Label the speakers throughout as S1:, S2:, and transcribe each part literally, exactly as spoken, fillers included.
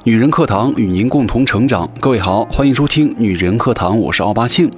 S1: 女人课堂与您共同成长。各位好，欢迎收听女人课堂，我是奥巴庆。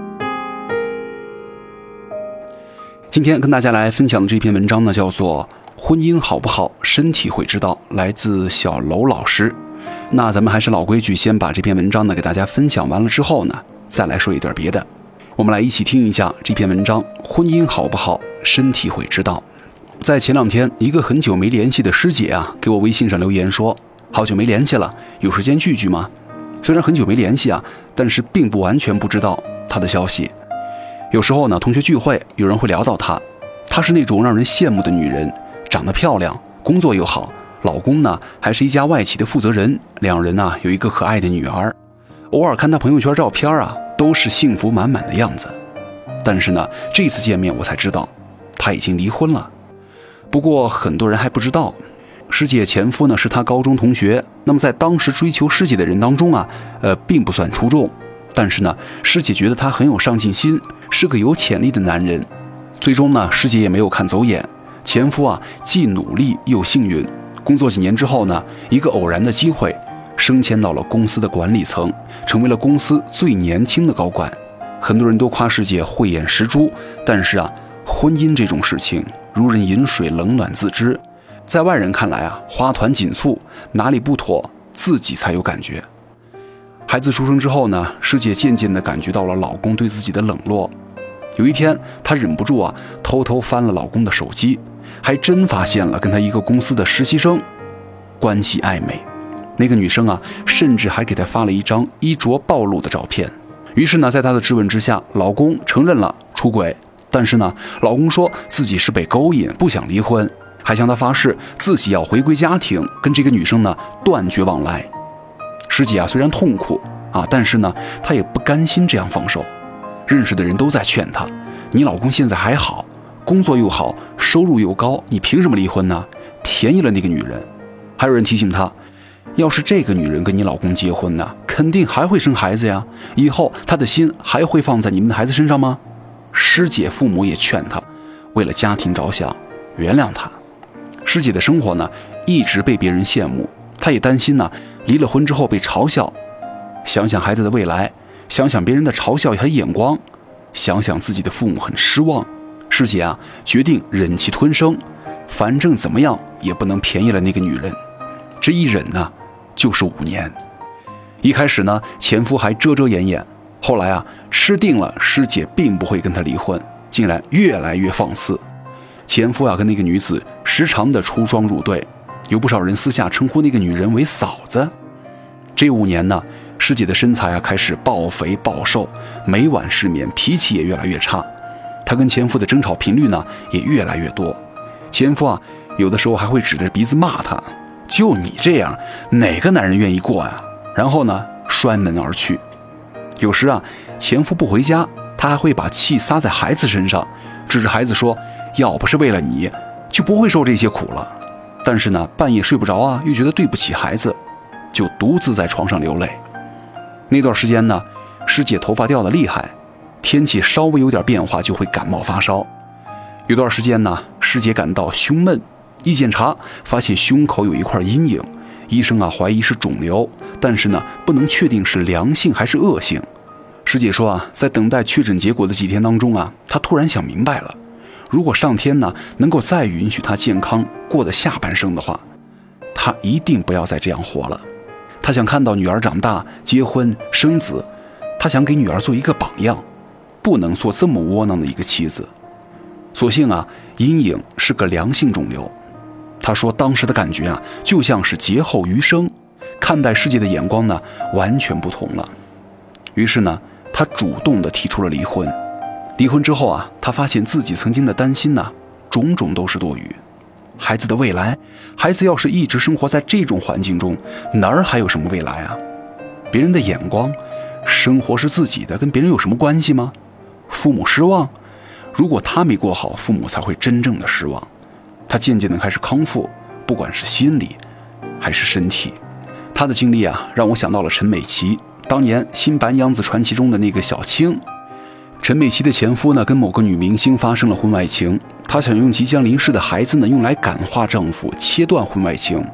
S1: 今天跟大家来分享的这篇文章呢，叫做婚姻好不好，身体会知道，来自小楼老师。那咱们还是老规矩，先把这篇文章呢给大家分享完了之后呢，再来说一点别的。我们来一起听一下这篇文章，婚姻好不好，身体会知道。在前两天，一个很久没联系的师姐啊，给我微信上留言说，好久没联系了，有时间聚聚吗？虽然很久没联系啊，但是并不完全不知道她的消息。有时候呢，同学聚会有人会聊到她，她是那种让人羡慕的女人，长得漂亮，工作又好，老公呢还是一家外企的负责人，两人呢有一个可爱的女儿。偶尔看她朋友圈照片啊，都是幸福满满的样子。但是呢，这次见面我才知道，她已经离婚了。不过很多人还不知道，师姐前夫呢是她高中同学，那么在当时追求师姐的人当中啊，呃，并不算出众。但是呢，师姐觉得他很有上进心，是个有潜力的男人。最终呢，师姐也没有看走眼，前夫啊既努力又幸运。工作几年之后呢，一个偶然的机会，升迁到了公司的管理层，成为了公司最年轻的高管。很多人都夸师姐慧眼识珠，但是啊，婚姻这种事情，如人饮水，冷暖自知。在外人看来啊，花团锦簇，哪里不妥，自己才有感觉。孩子出生之后呢，师姐渐渐地感觉到了老公对自己的冷落。有一天，她忍不住啊，偷偷翻了老公的手机，还真发现了跟他一个公司的实习生关系暧昧。那个女生啊，甚至还给他发了一张衣着暴露的照片。于是呢，在她的质问之下，老公承认了出轨。但是呢，老公说自己是被勾引，不想离婚，还向她发誓自己要回归家庭，跟这个女生呢断绝往来。师姐啊，虽然痛苦啊，但是呢，她也不甘心这样放手。认识的人都在劝她，你老公现在还好，工作又好，收入又高，你凭什么离婚呢？便宜了那个女人。还有人提醒她，要是这个女人跟你老公结婚呢，肯定还会生孩子呀，以后她的心还会放在你们的孩子身上吗？师姐父母也劝她，为了家庭着想，原谅她。师姐的生活呢，一直被别人羡慕，她也担心呢，离了婚之后被嘲笑。想想孩子的未来，想想别人的嘲笑和眼光，想想自己的父母很失望，师姐啊，决定忍气吞声，反正怎么样也不能便宜了那个女人。这一忍呢，就是五年。一开始呢，前夫还遮遮掩掩，后来啊，吃定了师姐并不会跟他离婚，竟然越来越放肆。前夫啊，跟那个女子时常的出双入对，有不少人私下称呼那个女人为嫂子。这五年呢，师姐的身材啊开始暴肥暴瘦，每晚失眠，脾气也越来越差。她跟前夫的争吵频率呢也越来越多。前夫啊，有的时候还会指着鼻子骂她，就你这样，哪个男人愿意过呀？然后呢，摔门而去。有时啊，前夫不回家，他还会把气撒在孩子身上，指着孩子说，要不是为了你，就不会受这些苦了。但是呢，半夜睡不着啊，又觉得对不起孩子，就独自在床上流泪。那段时间呢，师姐头发掉得厉害，天气稍微有点变化就会感冒发烧。有段时间呢，师姐感到胸闷，一检查发现胸口有一块阴影，医生啊怀疑是肿瘤，但是呢不能确定是良性还是恶性。师姐说啊，在等待确诊结果的几天当中啊，她突然想明白了，如果上天呢能够再允许她健康过的下半生的话，她一定不要再这样活了。她想看到女儿长大结婚生子，她想给女儿做一个榜样，不能做这么窝囊的一个妻子。所幸啊，阴影是个良性肿瘤。她说当时的感觉啊，就像是劫后余生，看待世界的眼光呢完全不同了。于是呢，她主动地提出了离婚。离婚之后啊，她发现自己曾经的担心呢，种种都是多余。孩子的未来，孩子要是一直生活在这种环境中，哪儿还有什么未来啊？别人的眼光，生活是自己的，跟别人有什么关系吗？父母失望，如果他没过好，父母才会真正的失望。他渐渐的开始康复，不管是心理还是身体。他的经历啊，让我想到了陈美琪，当年《新白娘子传奇》中的那个小青。陈美琪的前夫呢，跟某个女明星发生了婚外情，他想用即将临世的孩子呢，用来感化丈夫，切断婚外情。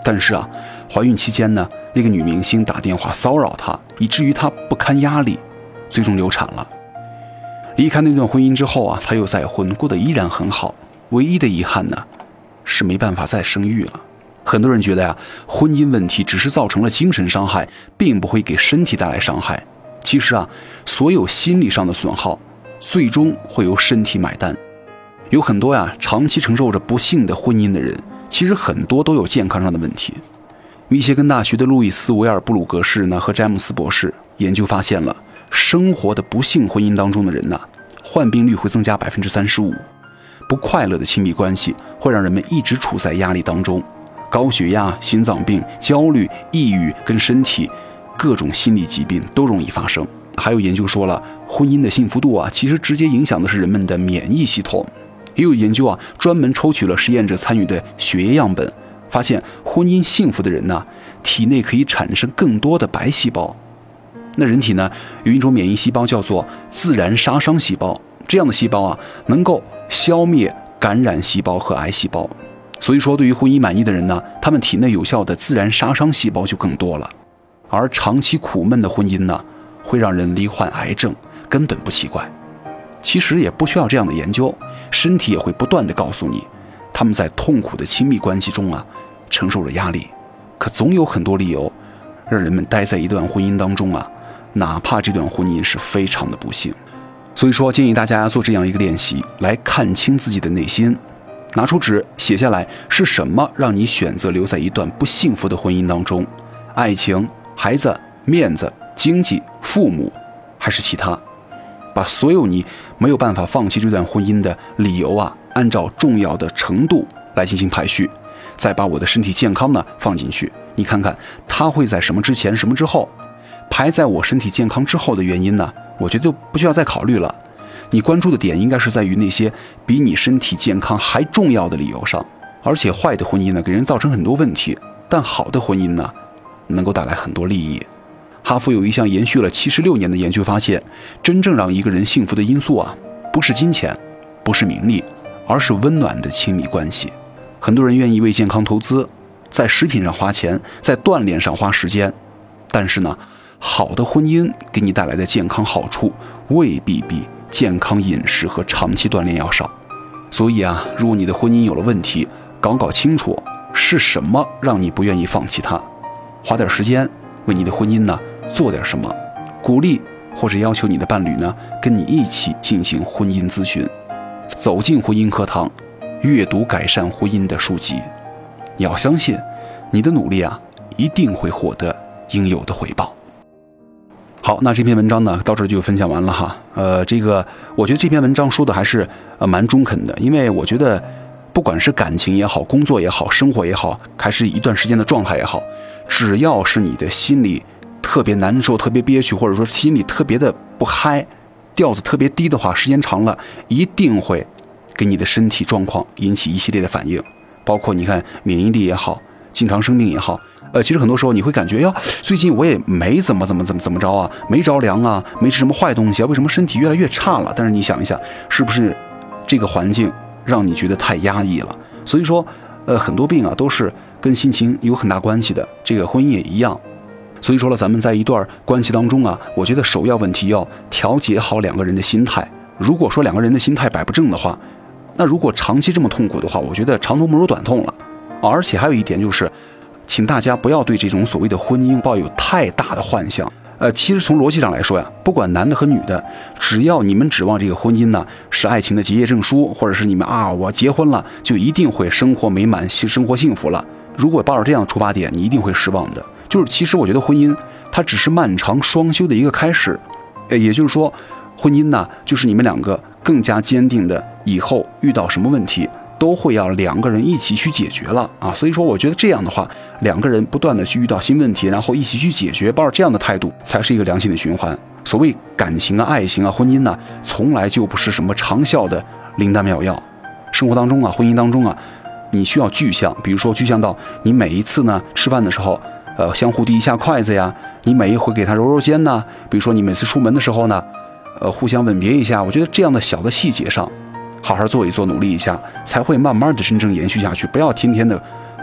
S1: 但是啊，怀孕期间呢，那个女明星打电话骚扰她，以至于她不堪压力，最终流产了。离开那段婚姻之后啊，她又再婚，过得依然很好。唯一的遗憾呢，是没办法再生育了。很多人觉得呀、啊，婚姻问题只是造成了精神伤害，并不会给身体带来伤害。其实啊，所有心理上的损耗，最终会由身体买单。有很多呀，长期承受着不幸的婚姻的人，其实很多都有健康上的问题。密歇根大学的路易斯·维尔布鲁格士呢和詹姆斯博士研究发现了，生活的不幸婚姻当中的人呢，患病率会增加百分之三十五。不快乐的亲密关系会让人们一直处在压力当中，高血压、心脏病、焦虑、抑郁跟身体各种心理疾病都容易发生。还有研究说了，婚姻的幸福度啊，其实直接影响的是人们的免疫系统。也有研究啊，专门抽取了实验者参与的血液样本，发现婚姻幸福的人呢，体内可以产生更多的白细胞。那人体呢，有一种免疫细胞叫做自然杀伤细胞，这样的细胞啊，能够消灭感染细胞和癌细胞。所以说，对于婚姻满意的人呢，他们体内有效的自然杀伤细胞就更多了。而长期苦闷的婚姻呢，会让人罹患癌症，根本不奇怪。其实也不需要这样的研究，身体也会不断地告诉你，他们在痛苦的亲密关系中啊，承受着压力。可总有很多理由，让人们待在一段婚姻当中啊，哪怕这段婚姻是非常的不幸。所以说，建议大家做这样一个练习，来看清自己的内心，拿出纸写下来，是什么让你选择留在一段不幸福的婚姻当中？爱情、孩子、面子、经济、父母，还是其他？把所有你没有办法放弃这段婚姻的理由啊，按照重要的程度来进行排序，再把我的身体健康呢放进去，你看看它会在什么之前，什么之后？排在我身体健康之后的原因呢，我觉得就不需要再考虑了。你关注的点应该是在于那些比你身体健康还重要的理由上。而且坏的婚姻呢，给人造成很多问题，但好的婚姻呢，能够带来很多利益。哈佛有一项延续了七十六年的研究发现，真正让一个人幸福的因素啊，不是金钱，不是名利，而是温暖的亲密关系。很多人愿意为健康投资，在食品上花钱，在锻炼上花时间，但是呢，好的婚姻给你带来的健康好处，未必比健康饮食和长期锻炼要少。所以啊，如果你的婚姻有了问题，搞搞清楚是什么让你不愿意放弃它，花点时间为你的婚姻呢做点什么，鼓励或者要求你的伴侣呢跟你一起进行婚姻咨询，走进婚姻课堂，阅读改善婚姻的书籍。你要相信你的努力啊，一定会获得应有的回报。好，那这篇文章呢到这儿就分享完了哈。呃，这个我觉得这篇文章说的还是呃蛮中肯的，因为我觉得不管是感情也好，工作也好，生活也好，还是一段时间的状态也好，只要是你的心里特别难受、特别憋屈，或者说心里特别的不嗨，调子特别低的话，时间长了一定会给你的身体状况引起一系列的反应，包括你看免疫力也好，经常生病也好。呃，其实很多时候你会感觉哟，最近我也没怎么怎么怎么怎么着啊，没着凉啊，没吃什么坏东西啊，为什么身体越来越差了？但是你想一下，是不是这个环境让你觉得太压抑了？所以说，呃，很多病啊都是跟心情有很大关系的，这个婚姻也一样。所以说了，咱们在一段关系当中啊，我觉得首要问题要调节好两个人的心态。如果说两个人的心态摆不正的话，那如果长期这么痛苦的话，我觉得长痛不如短痛了。而且还有一点就是，请大家不要对这种所谓的婚姻抱有太大的幻想。呃，其实从逻辑上来说呀，不管男的和女的，只要你们指望这个婚姻呢是爱情的结业证书，或者是你们啊我结婚了就一定会生活美满、生活幸福了，如果抱着这样的出发点，你一定会失望的。就是其实我觉得婚姻它只是漫长双修的一个开始，呃，也就是说，婚姻呢就是你们两个更加坚定的，以后遇到什么问题都会要两个人一起去解决了啊。所以说我觉得这样的话，两个人不断的去遇到新问题，然后一起去解决，抱着这样的态度才是一个良性的循环。所谓感情啊、爱情啊、婚姻呢，从来就不是什么长效的灵丹妙药。生活当中啊，婚姻当中啊，你需要具象，比如说具象到你每一次呢吃饭的时候，呃，相互递一下筷子呀，你每一回给他揉揉肩呐，比如说你每次出门的时候呢，呃，互相吻别一下。我觉得这样的小的细节上，好好做一做，努力一下，才会慢慢的真正延续下去。不要天天的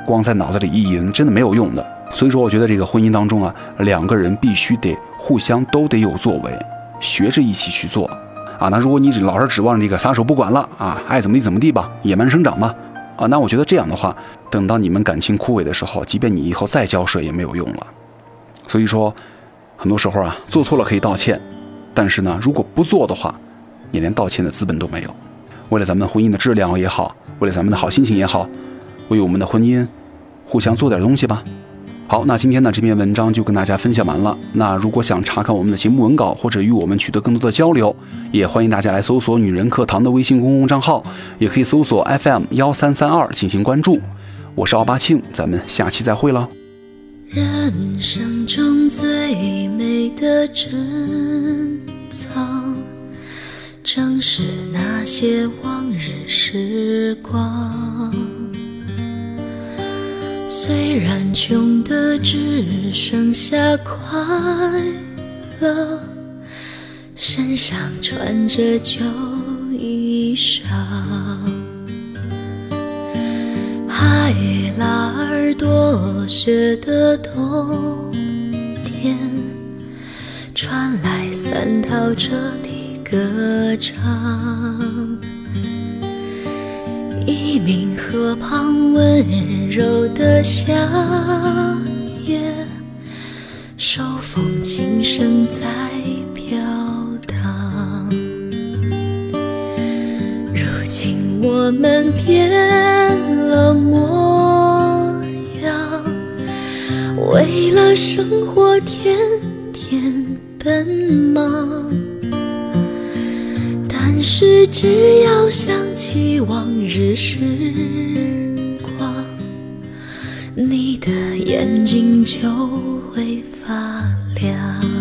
S1: 光在脑子里意淫真的没有用的。所以说我觉得这个婚姻当中啊，两个人必须得互相都得有作为，学着一起去做啊。那如果你老是指望这个撒手不管了啊，爱怎么地怎么地吧，野蛮生长吧啊，那我觉得这样的话，等到你们感情枯萎的时候，即便你以后再浇水也没有用了。所以说很多时候啊，做错了可以道歉，但是呢，如果不做的话，你连道歉的资本都没有。为了咱们婚姻的质量也好，为了咱们的好心情也好，为我们的婚姻互相做点东西吧。好，那今天呢这篇文章就跟大家分享完了。那如果想查看我们的节目文稿或者与我们取得更多的交流，也欢迎大家来搜索女人课堂的微信公共账号，也可以搜索 F M 一三三二进行关注。我是奥巴庆，咱们下期再会了。
S2: 人生中最美的珍藏，正是那些往日时光。虽然穷得只剩下快乐，身上穿着旧衣裳，海拉尔多雪的冬天，传来三套车的歌唱。一名河旁温柔的夏夜，手风琴声在飘荡。如今我们变了模样，为了生活天天奔忙，但是只要想起往日时光，你的眼睛就会发亮。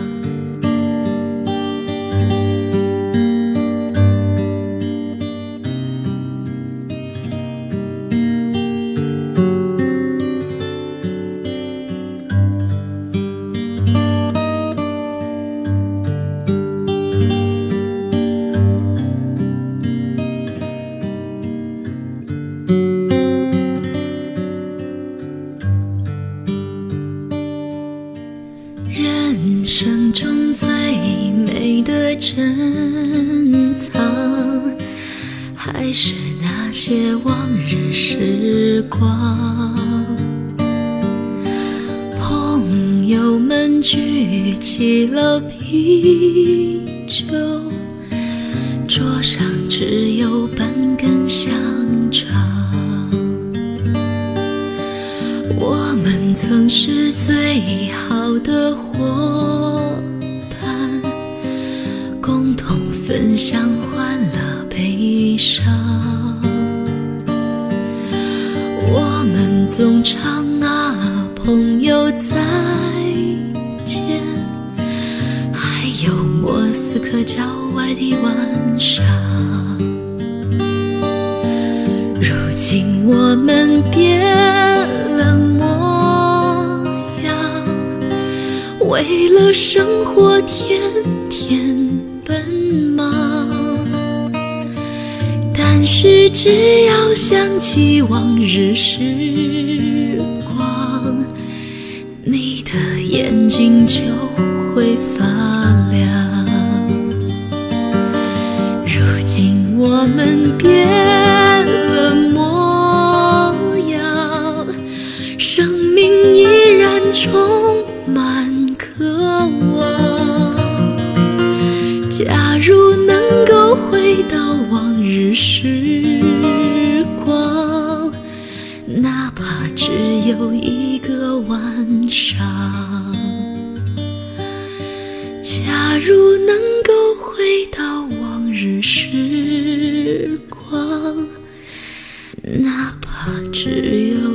S2: 人生中最美的珍藏，还是那些往日时光。朋友们举起了啤酒，桌上只有半根香肠。我们曾是最好的伙伴，共同分享欢乐悲伤。我们总唱啊朋友再见，还有莫斯科郊外的晚上。如今我们变了模样，为了生活天天奔忙，但是只要想起往日时光，你的眼睛就会发亮。如今我们变了模样，生命依然充满渴望。假如能够回到往日时光，哪怕只有一个晚上。假如能够回到往日时光，哪怕只有